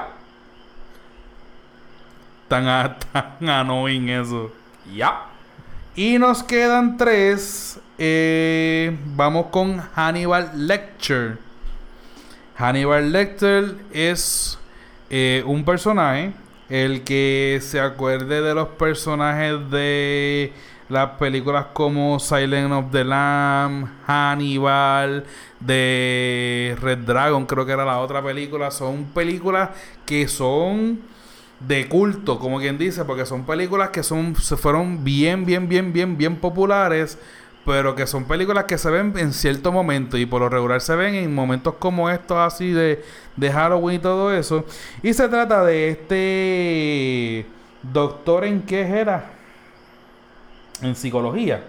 Tan annoying eso. Yep. Y nos quedan 3. Vamos con Hannibal Lecter. Hannibal Lecter es un personaje. El que se acuerde de los personajes de las películas como Silent of the Lamb, Hannibal, de Red Dragon, creo que era la otra película. Son películas que son de culto, como quien dice, porque son películas que se fueron bien populares, pero que son películas que se ven en cierto momento y por lo regular se ven en momentos como estos así de Halloween y todo eso. Y se trata de este doctor en qué era, en psicología.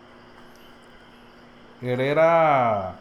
Él era...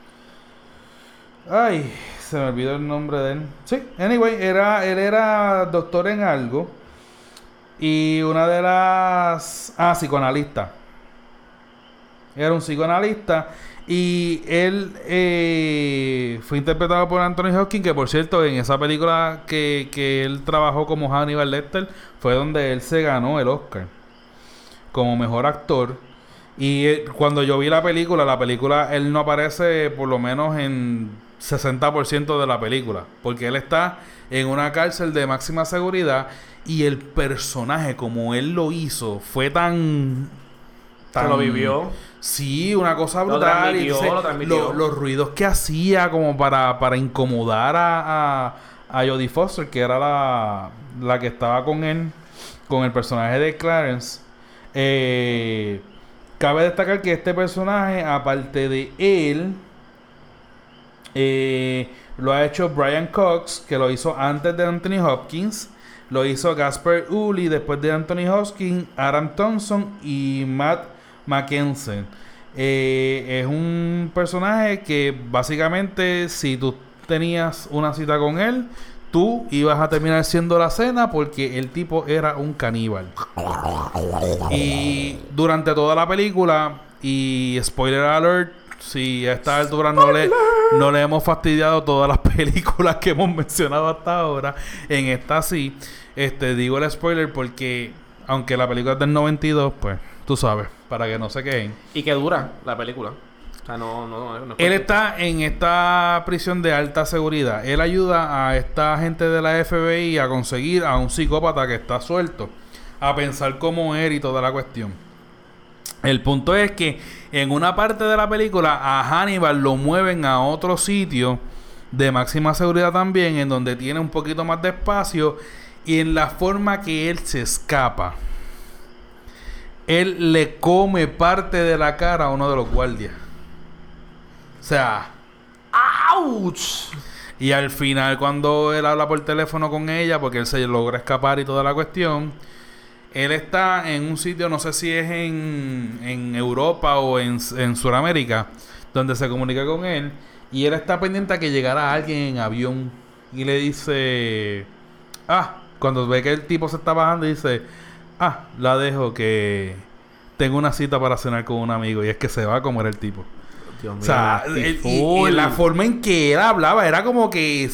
Ay, se me olvidó el nombre de él. Sí, anyway, él era doctor en algo. Y una de las... psicoanalista. Era un psicoanalista. Y él fue interpretado por Anthony Hopkins, que por cierto, en esa película que él trabajó como Hannibal Lecter, fue donde él se ganó el Oscar como mejor actor. Y cuando yo vi la película, él no aparece por lo menos en 60% de la película, porque él está en una cárcel de máxima seguridad y el personaje como él lo hizo fue tan se lo vivió. Sí, una cosa brutal. Lo transmitió. Los ruidos que hacía como para incomodar a Jodie Foster, que era la que estaba con él, con el personaje de Clarence. Cabe destacar que este personaje, aparte de él, lo ha hecho Brian Cox, que lo hizo antes de Anthony Hopkins. Lo hizo Gaspar Ullish después de Anthony Hopkins, Aaron Thompson y Matt Mackensen. Es un personaje que básicamente, si tú tenías una cita con él, tú ibas a terminar siendo la cena, porque el tipo era un caníbal. Y durante toda la película, y spoiler alert, si a esta altura no le hemos fastidiado todas las películas que hemos mencionado hasta ahora, en esta sí, digo el spoiler porque aunque la película es del 92, pues tú sabes, para que no se queden. Y que dura la película. O sea, no él está en esta prisión de alta seguridad. Él ayuda a esta gente de la FBI a conseguir a un psicópata que está suelto, a pensar como él y toda la cuestión. El punto es que en una parte de la película a Hannibal lo mueven a otro sitio de máxima seguridad también, en donde tiene un poquito más de espacio, y en la forma que él se escapa, él le come parte de la cara a uno de los guardias. O sea, ¡ouch! Y al final, cuando él habla por teléfono con ella, porque él se logra escapar y toda la cuestión, él está en un sitio, no sé si es en Europa o en Sudamérica, donde se comunica con él, y él está pendiente a que llegara alguien en avión y le dice, cuando ve que el tipo se está bajando, dice, la dejo, que tengo una cita para cenar con un amigo, y es que se va a comer el tipo. Dios mío, o sea, y la forma en que él hablaba era como que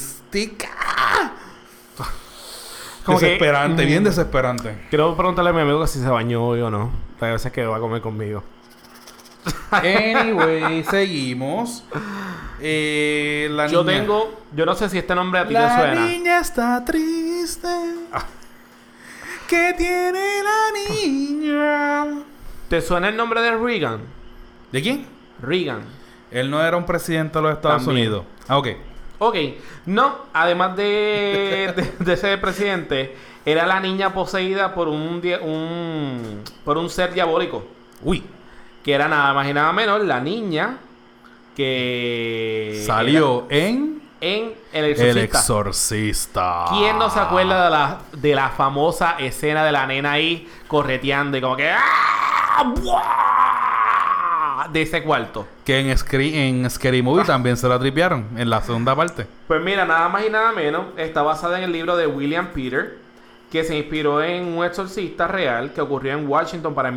como desesperante, bien desesperante. Quiero preguntarle a mi amigo que si se bañó hoy o no. A veces que va a comer conmigo. Anyway, seguimos. Yo no sé si este nombre a ti te suena. La niña está triste. ¿Qué tiene la niña? ¿Te suena el nombre de Reagan? ¿De quién? Reagan. Él no era un presidente de los Estados Unidos. Ok. No, además de ser presidente, era la niña poseída por un ser diabólico. Uy. Que era nada más y nada menos la niña que salió en El Exorcista. El Exorcista. ¿Quién no se acuerda de la famosa escena de la nena ahí correteando y como que de ese cuarto? Que en Scary Movie también se la tripearon en la segunda parte. Pues mira, nada más y nada menos, está basada en el libro de William Peter, que se inspiró en un exorcista real que ocurrió en Washington para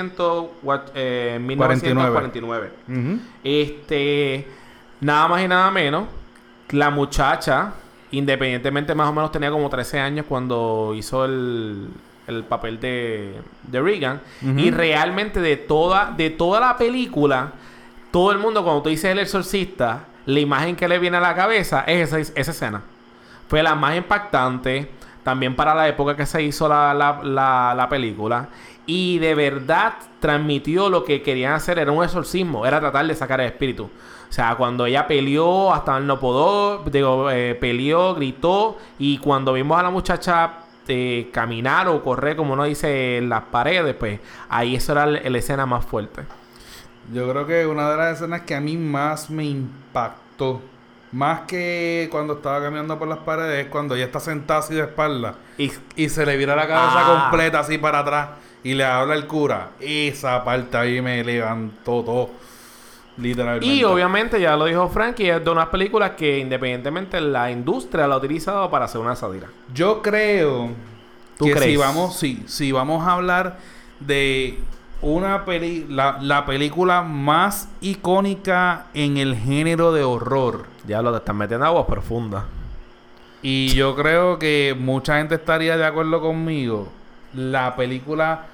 1949. Uh-huh. Nada más y nada menos, la muchacha, independientemente, más o menos tenía como 13 años cuando hizo el papel de Reagan. Uh-huh. Y realmente de toda la película, todo el mundo, cuando tú dices El Exorcista, la imagen que le viene a la cabeza es esa escena. Fue la más impactante también para la época que se hizo la película. Y de verdad transmitió lo que querían hacer. Era un exorcismo. Era tratar de sacar el espíritu. O sea, cuando ella peleó hasta el no poder, peleó, gritó. Y cuando vimos a la muchacha caminar o correr, como uno dice, en las paredes, pues ahí eso era la escena más fuerte. Yo creo que una de las escenas que a mí más me impactó, más que cuando estaba caminando por las paredes, es cuando ella está sentada así de espalda y se le vira la cabeza completa así para atrás y le habla el cura. Esa parte ahí me levantó todo, literalmente. Y obviamente, ya lo dijo Frankie, es de unas películas que independientemente la industria la ha utilizado para hacer una sátira. Yo creo ¿Tú que crees? si vamos a hablar de la película más icónica en el género de horror. Ya lo te están metiendo aguas profundas. Y yo creo que mucha gente estaría de acuerdo conmigo. La película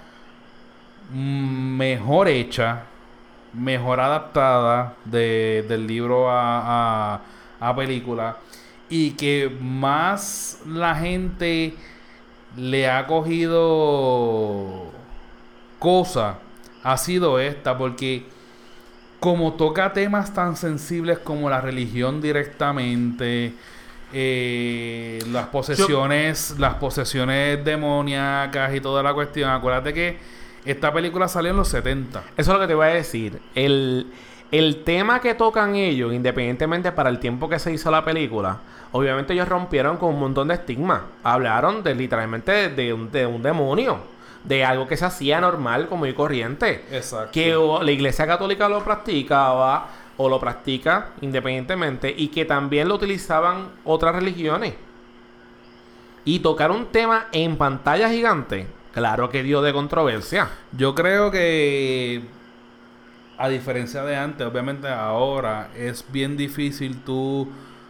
mejor hecha, mejor adaptada del libro a película, y que más la gente le ha cogido cosa, ha sido esta, porque como toca temas tan sensibles como la religión directamente, las posesiones demoníacas y toda la cuestión. Acuérdate que esta película salió en los 70. Eso es lo que te voy a decir. El tema que tocan ellos, independientemente para el tiempo que se hizo la película, obviamente ellos rompieron con un montón de estigmas. Hablaron literalmente de un demonio, de algo que se hacía normal, como y corriente. Exacto. Que la Iglesia Católica lo practicaba o lo practica independientemente, y que también lo utilizaban otras religiones. Y tocar un tema en pantalla gigante, claro que dio de controversia. Yo creo que, a diferencia de antes, obviamente ahora es bien difícil tú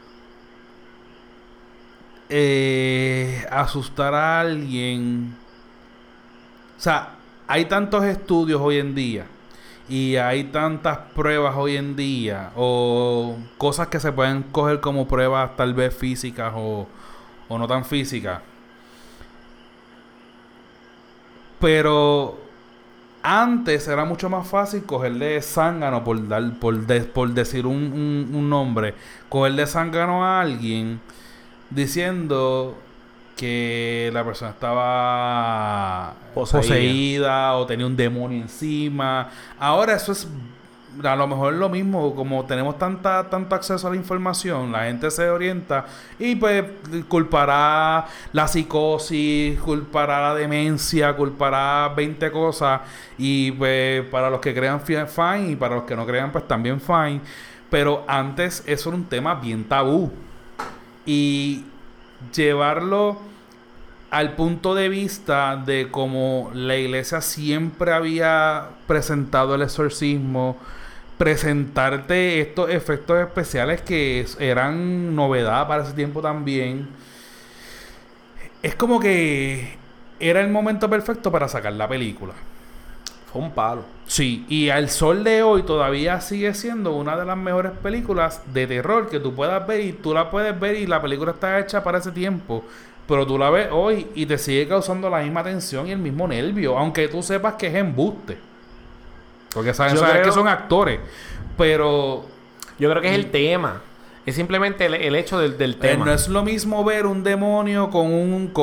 asustar a alguien. O sea, hay tantos estudios hoy en día y hay tantas pruebas hoy en día, o cosas que se pueden coger como pruebas tal vez físicas o no tan físicas. Pero antes era mucho más fácil cogerle zángano, por decir un nombre, cogerle zángano a alguien diciendo que la persona estaba poseída o tenía un demonio encima. Ahora eso es a lo mejor lo mismo. Como tenemos tanto acceso a la información, la gente se orienta y pues culpará la psicosis, culpará la demencia, culpará 20 cosas, y pues para los que crean fine, y para los que no crean pues también fine. Pero antes eso era un tema bien tabú, y llevarlo al punto de vista de cómo la iglesia siempre había presentado el exorcismo, presentarte estos efectos especiales que eran novedad para ese tiempo también, es como que era el momento perfecto para sacar la película. Fue un palo. Sí, y al sol de hoy todavía sigue siendo una de las mejores películas de terror que tú puedas ver, y tú la puedes ver y la película está hecha para ese tiempo, pero tú la ves hoy y te sigue causando la misma tensión y el mismo nervio, aunque tú sepas que es embuste, porque sabes que son actores, pero yo creo que es el tema. Es simplemente el hecho del tema. No es lo mismo ver un demonio con un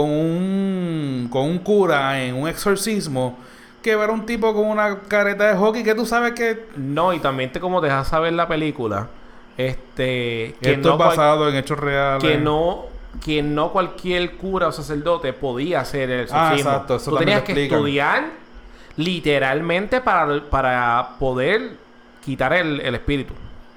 cura en un exorcismo que ver a un tipo con una careta de hockey que tú sabes que... No, y también como te dejas saber la película, que esto es basado en hechos reales. Que no cualquier cura o sacerdote podía hacer el exorcismo. Exacto, eso tú tenías que explican. estudiar literalmente para poder quitar el espíritu.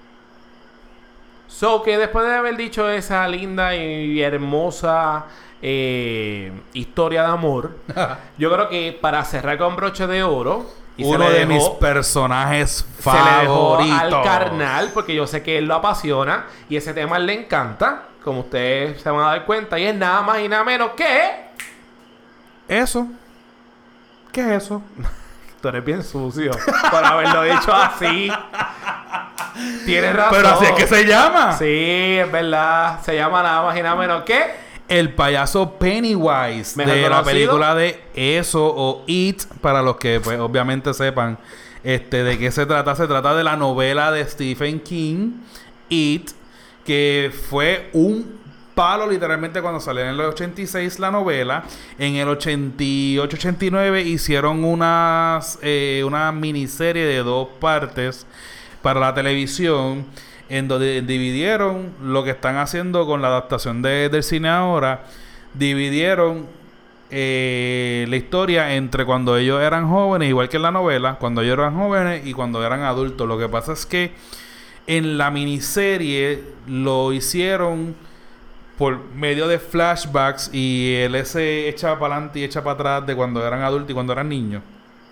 So que después de haber dicho esa linda y hermosa historia de amor, yo creo que para cerrar con broche de oro, y uno de mis personajes favoritos, se le dejó al carnal, porque yo sé que él lo apasiona y ese tema a él le encanta, como ustedes se van a dar cuenta, y es nada más y nada menos que eso. ¿Qué es eso? Tú eres bien sucio por haberlo dicho así. Tienes razón. Pero así es que se llama. Sí, es verdad. Se llama nada más y nada menos que el payaso Pennywise, de la película de Eso, o It, para los que pues obviamente sepan de qué se trata. Se trata de la novela de Stephen King, It, que fue un palo literalmente cuando salió en el 86 la novela. En el 88-89 hicieron una miniserie de 2 partes para la televisión, en donde dividieron lo que están haciendo con la adaptación del cine ahora. Dividieron la historia entre cuando ellos eran jóvenes, igual que en la novela, cuando ellos eran jóvenes y cuando eran adultos. Lo que pasa es que en la miniserie lo hicieron por medio de flashbacks y él se echa para adelante y echa para atrás de cuando eran adultos y cuando eran niños.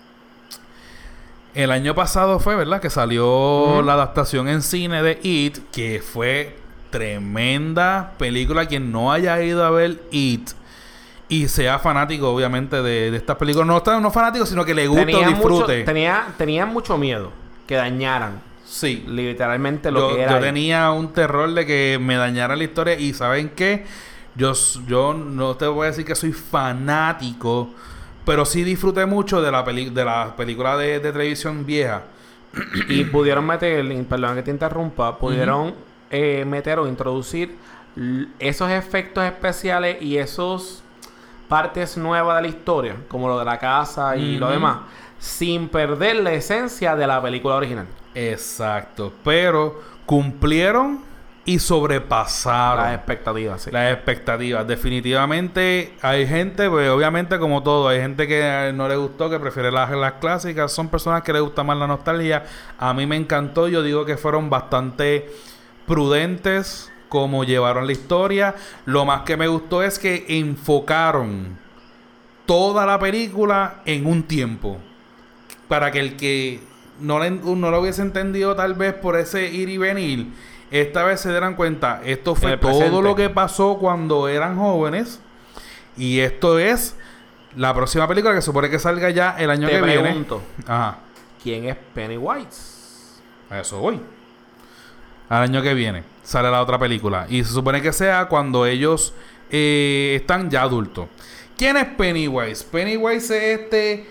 El año pasado fue, ¿verdad?, que salió la adaptación en cine de It, que fue tremenda película. Quien no haya ido a ver It y sea fanático, obviamente, de estas películas, no fanático, sino que le guste o disfrute. Tenían mucho miedo que dañaran. Sí. Literalmente lo que era. Yo tenía un terror de que me dañara la historia. Y ¿saben qué? Yo no te voy a decir que soy fanático, pero sí disfruté mucho de la película de televisión vieja. Y pudieron meter, perdón que te interrumpa, pudieron meter o introducir esos efectos especiales y esos partes nuevas de la historia, como lo de la casa y lo demás, sin perder la esencia de la película original. Exacto. Pero cumplieron y sobrepasaron las expectativas, sí. Las expectativas. Definitivamente hay gente, pues obviamente como todo, hay gente que no le gustó, que prefiere las clásicas. Son personas que les gusta más la nostalgia. A mí me encantó. Yo digo que fueron bastante prudentes como llevaron la historia. Lo más que me gustó es que enfocaron toda la película en un tiempo, para que el que no lo hubiese entendido tal vez por ese ir y venir, esta vez se dieran cuenta, esto fue todo lo que pasó cuando eran jóvenes, y esto es la próxima película que supone que salga ya el año que viene. Te pregunto, ¿quién es Pennywise? A eso voy. Al año que viene sale la otra película, y se supone que sea cuando ellos están ya adultos. ¿Quién es Pennywise? Pennywise es este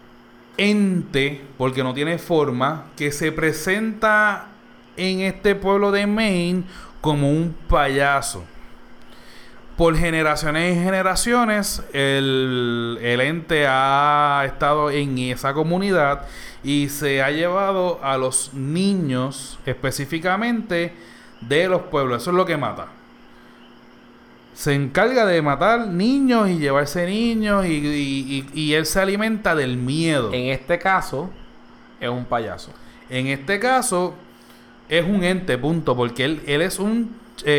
ente, porque no tiene forma, que se presenta en este pueblo de Maine como un payaso. Por generaciones y generaciones el ente ha estado en esa comunidad y se ha llevado a los niños específicamente de los pueblos. Eso es lo que mata. Se encarga de matar niños y llevarse niños, y él se alimenta del miedo. En este caso es un payaso. En este caso es un ente, punto, porque él es un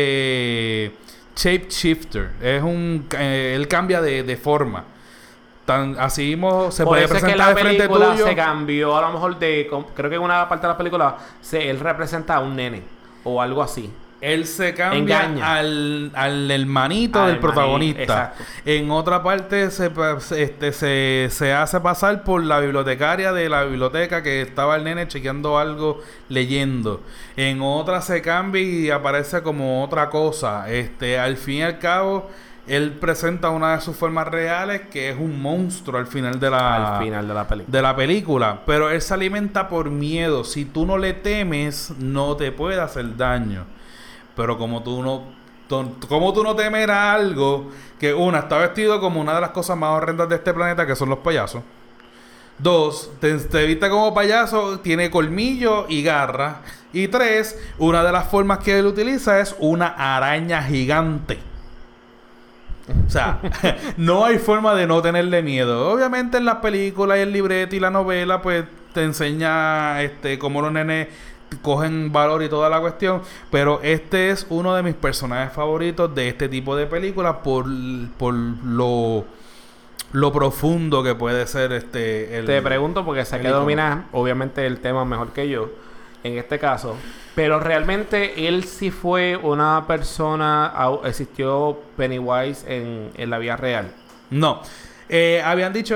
shapeshifter. Él cambia de forma. Así mismo se puede presentar de frente tuyo. La película se cambió a lo mejor creo que en una parte de la película él representa a un nene o algo así. Él se cambia al hermanito del protagonista. Exacto. En otra parte se hace pasar por la bibliotecaria de la biblioteca, que estaba el nene chequeando algo, leyendo. En otra se cambia y aparece como otra cosa. Al fin y al cabo, él presenta una de sus formas reales, que es un monstruo al final de la película. Pero él se alimenta por miedo. Si tú no le temes, no te puede hacer daño. Pero como tú no temes a algo que, está vestido como una de las cosas más horrendas de este planeta, que son los payasos. 2, te viste como payaso, tiene colmillo y garra. Y 3, una de las formas que él utiliza es una araña gigante. O sea, no hay forma de no tenerle miedo. Obviamente en las películas y el libreto y la novela, pues te enseña cómo los nenes cogen valor y toda la cuestión, pero este es uno de mis personajes favoritos de este tipo de películas por lo profundo que puede ser Te pregunto porque sé que dominas obviamente el tema mejor que yo en este caso, pero realmente él sí fue una persona, existió Pennywise en la vida real. No, habían dicho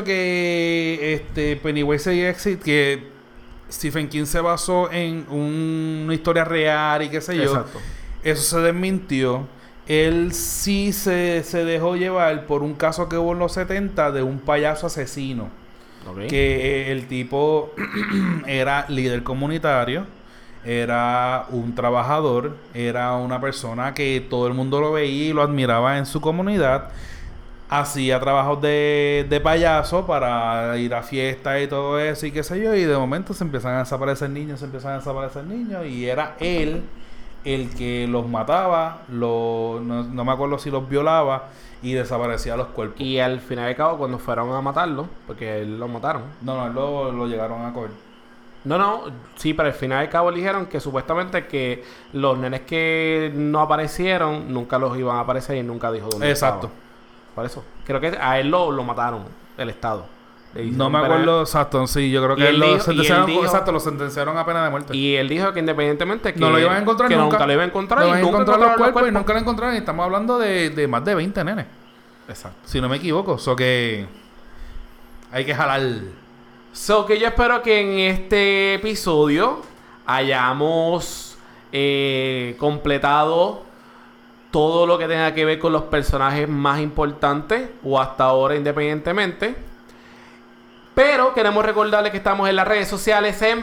que Pennywise existe, que Stephen King se basó en una historia real y qué sé yo. Exacto. Eso se desmintió. Él sí se dejó llevar por un caso que hubo en los 70 de un payaso asesino. Okay. Que el tipo era líder comunitario era un trabajador, era una persona que todo el mundo lo veía y lo admiraba en su comunidad. Hacía trabajos de payaso para ir a fiestas y todo eso y qué sé yo. Y de momento se empiezan a desaparecer niños, y era él el que los mataba, no me acuerdo si los violaba y desaparecía los cuerpos. Y al final de cabo, cuando fueron a matarlo, porque él lo mataron. No, lo llegaron a coger. No, sí, pero al final de cabo dijeron que supuestamente que los nenes que no aparecieron nunca los iban a aparecer y nunca dijo dónde Exacto. estaba. Por eso. Creo que a él lo mataron, el Estado. No me acuerdo exacto, sí, yo creo que lo sentenciaron a pena de muerte. Y él dijo que independientemente que no lo iban a encontrar que nunca lo iban a encontrar y nunca encontraron los cuerpos y cuerpos. nunca lo encontraron. Y estamos hablando de más de 20 nenes. Exacto. Si no me equivoco. So que hay que jalar. So que yo espero que en este episodio hayamos completado todo lo que tenga que ver con los personajes más importantes o hasta ahora independientemente. Pero queremos recordarles que estamos en las redes sociales en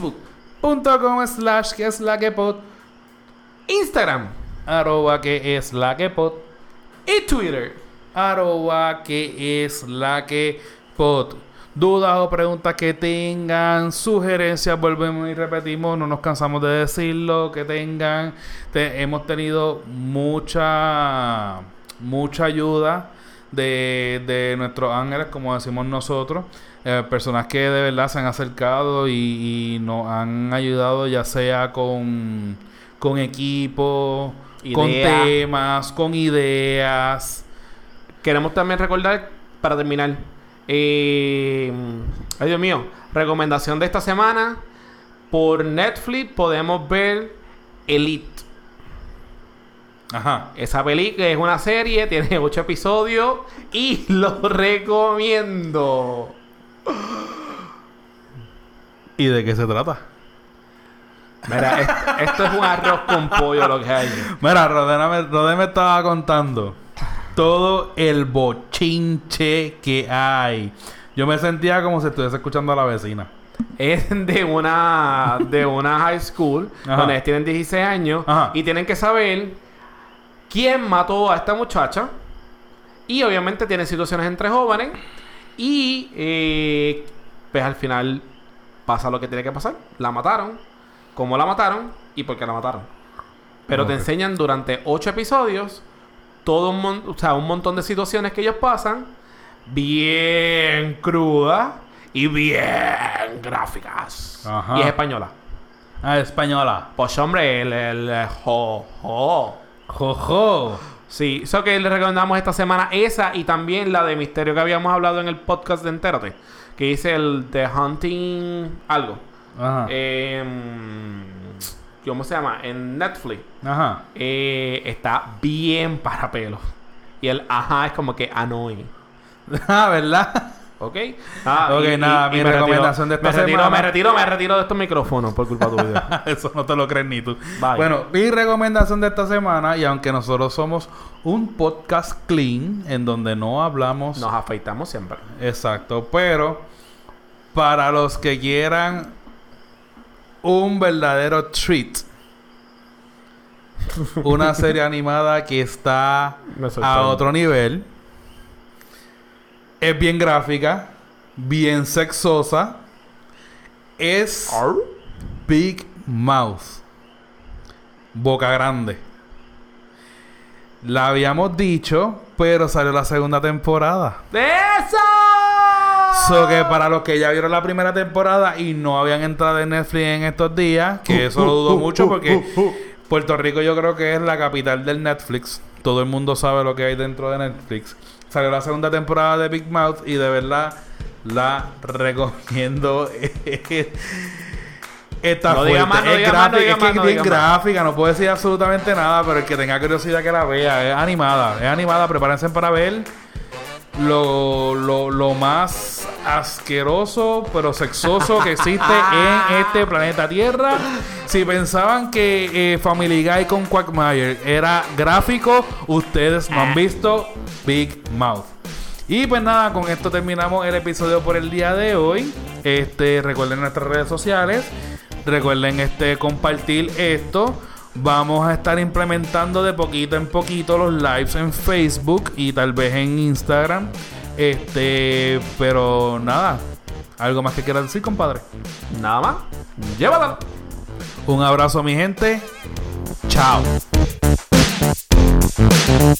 Facebook.com/queslaquepod, Instagram @queslaquepod y Twitter @queslaquepod. Dudas o preguntas que tengan, sugerencias, volvemos y repetimos, no nos cansamos de decirlo, que tengan. Hemos tenido mucha ayuda de nuestros ángeles, como decimos nosotros. Personas que de verdad se han acercado y nos han ayudado, ya sea con equipo, con temas, con ideas. Queremos también recordar, para terminar, ay Dios mío, recomendación de esta semana: por Netflix podemos ver Elite. Ajá. Esa película es una serie, tiene 8 episodios y lo recomiendo. ¿Y de qué se trata? Mira, esto es un arroz con pollo lo que hay. Mira, Rodé me estaba contando todo el bochinche que hay. Yo me sentía como si estuviese escuchando a la vecina. Es de una high school. Ajá. Donde ellos tienen 16 años. Ajá. Y tienen que saber quién mató a esta muchacha. Y obviamente tienen situaciones entre jóvenes. Y pues al final pasa lo que tiene que pasar. La mataron. Cómo la mataron y por qué la mataron. Pero te enseñan durante 8 episodios todo un montón de situaciones que ellos pasan, bien crudas y bien gráficas. Ajá. Y es española. Ah, española. Pues hombre, el Jojo. Jojo. Sí, eso que le recomendamos esta semana, esa y también la de misterio que habíamos hablado en el podcast de Entérate, que dice el The Hunting algo. Ajá. ¿Cómo se llama? En Netflix. Ajá. Está bien para pelos. Y el ajá es como que annoying. Ah, ¿verdad? ¿Ok? Mi recomendación de esta semana. Me retiro de estos micrófonos por culpa tuya. Eso no te lo crees ni tú. Bye. Bueno, mi recomendación de esta semana, y aunque nosotros somos un podcast clean, en donde no hablamos... Nos afeitamos siempre. Exacto, pero para los que quieran un verdadero treat, una serie animada que está a otro nivel, es bien gráfica, bien sexosa, es Big Mouth, Boca Grande. La habíamos dicho, pero salió la segunda temporada. ¡Eso! So que para los que ya vieron la primera temporada y no habían entrado en Netflix en estos días, que eso lo dudo mucho porque Puerto Rico yo creo que es la capital del Netflix. Todo el mundo sabe lo que hay dentro de Netflix. Salió la segunda temporada de Big Mouth y de verdad la recomiendo. Está no fuerte. Diga más, no es diga gráfica, más, no diga es que más, es no bien diga gráfica, no puedo decir absolutamente nada, pero el que tenga curiosidad que la vea. Es animada, prepárense para ver lo más asqueroso pero sexoso que existe en este planeta Tierra. Si pensaban que Family Guy con Quagmire era gráfico, ustedes no han visto Big Mouth. Y pues nada, con esto terminamos el episodio por el día de hoy. Recuerden nuestras redes sociales. Recuerden compartir esto. Vamos a estar implementando de poquito en poquito los lives en Facebook y tal vez en Instagram. Pero nada. ¿Algo más que quieras decir, compadre? Nada más. Llévatalo. Un abrazo, mi gente. Chao.